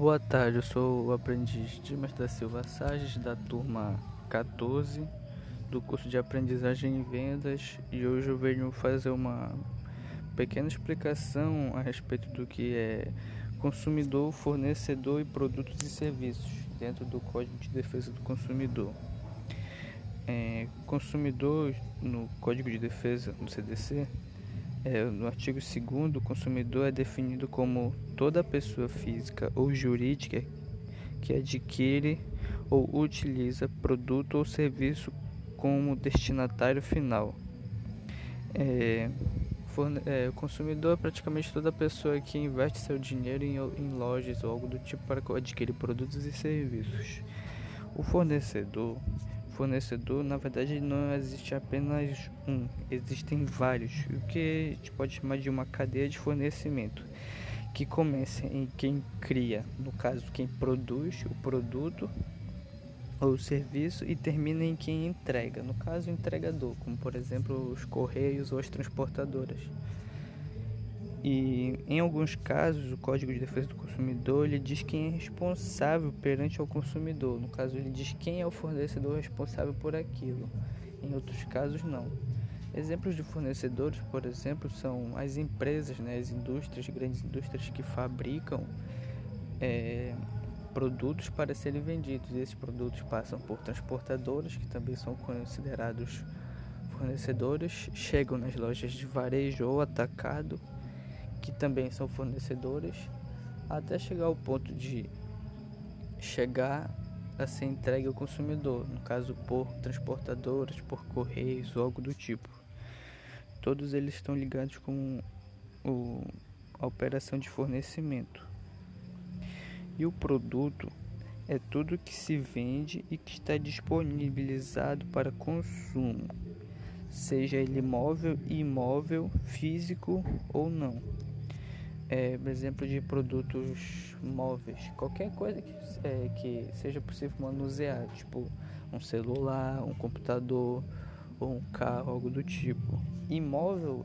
Boa tarde, eu sou o aprendiz Dimas da Silva Sages, da turma 14 do curso de Aprendizagem em Vendas, e hoje eu venho fazer uma pequena explicação a respeito do que é consumidor, fornecedor e produtos e serviços dentro do Código de Defesa do Consumidor. Consumidor, no Código de Defesa, no CDC, no artigo 2º, o consumidor é definido como toda pessoa física ou jurídica que adquire ou utiliza produto ou serviço como destinatário final. O consumidor é praticamente toda pessoa que investe seu dinheiro em lojas ou algo do tipo para adquirir produtos e serviços. O fornecedor, na verdade, não existe apenas um, existem vários, o que a gente pode chamar de uma cadeia de fornecimento, que começa em quem cria, no caso quem produz o produto ou serviço, e termina em quem entrega, no caso o entregador, como por exemplo os correios ou as transportadoras. E em alguns casos o Código de Defesa do Consumidor ele diz quem é responsável perante ao consumidor, no caso ele diz quem é o fornecedor responsável por aquilo, em outros casos não. Exemplos de fornecedores, por exemplo, são as empresas, as indústrias, grandes indústrias que fabricam produtos para serem vendidos. Esses produtos passam por transportadoras, que também são considerados fornecedores, chegam nas lojas de varejo ou atacado, que também são fornecedores, até chegar ao ponto de chegar a ser entregue ao consumidor, no caso por transportadoras, por correios ou algo do tipo. Todos eles estão ligados com a operação de fornecimento. E o produto é tudo que se vende e que está disponibilizado para consumo, seja ele móvel, imóvel, físico ou não. Exemplo de produtos móveis, qualquer coisa que seja possível manusear, tipo um celular, um computador ou um carro, algo do tipo. Imóvel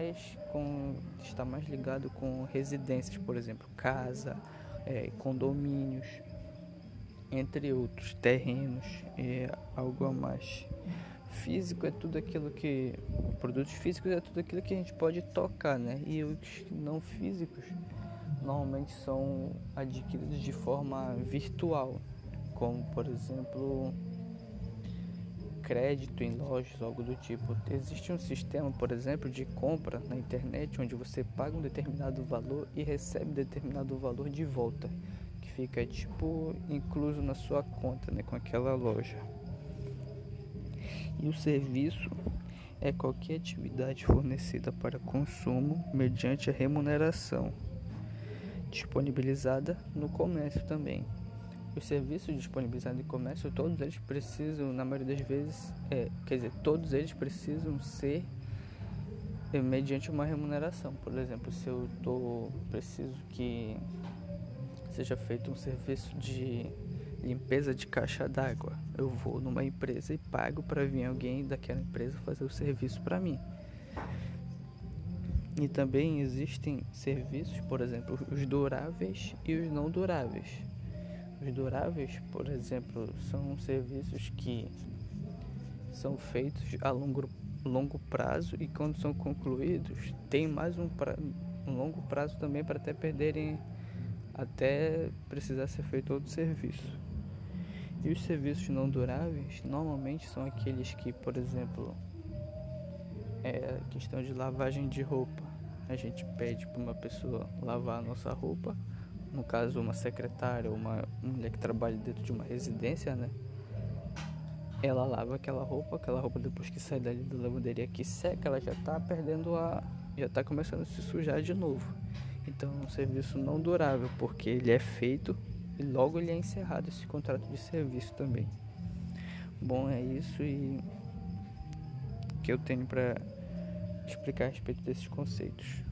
está mais ligado com residências, por exemplo, casa, condomínios, entre outros, terrenos, algo a mais. Físico é tudo aquilo que... Produtos físicos é tudo aquilo que a gente pode tocar, E os não físicos normalmente são adquiridos de forma virtual, como por exemplo crédito em lojas, algo do tipo. Existe um sistema, por exemplo, de compra na internet onde você paga um determinado valor e recebe determinado valor de volta, que fica incluso na sua conta, com aquela loja. E o serviço é qualquer atividade fornecida para consumo mediante a remuneração, disponibilizada no comércio também. Os serviços disponibilizados em comércio, todos eles precisam, na maioria das vezes, todos eles precisam ser mediante uma remuneração. Por exemplo, se eu preciso que seja feito um serviço de limpeza de caixa d'água, eu vou numa empresa e pago para vir alguém daquela empresa fazer o serviço para mim. E também existem serviços, por exemplo, os duráveis e os não duráveis. Os duráveis, por exemplo, são serviços que são feitos a longo prazo, e quando são concluídos, tem mais um longo prazo também para até precisar ser feito outro serviço. E os serviços não duráveis normalmente são aqueles que, por exemplo, questão de lavagem de roupa. A gente pede para uma pessoa lavar a nossa roupa, no caso uma secretária ou uma mulher que trabalha dentro de uma residência, Ela lava aquela roupa depois que sai dali da lavanderia, que seca, ela já está já está começando a se sujar de novo. Então é um serviço não durável, porque ele é feito e logo ele é encerrado, esse contrato de serviço também. Bom, é isso que eu tenho para explicar a respeito desses conceitos.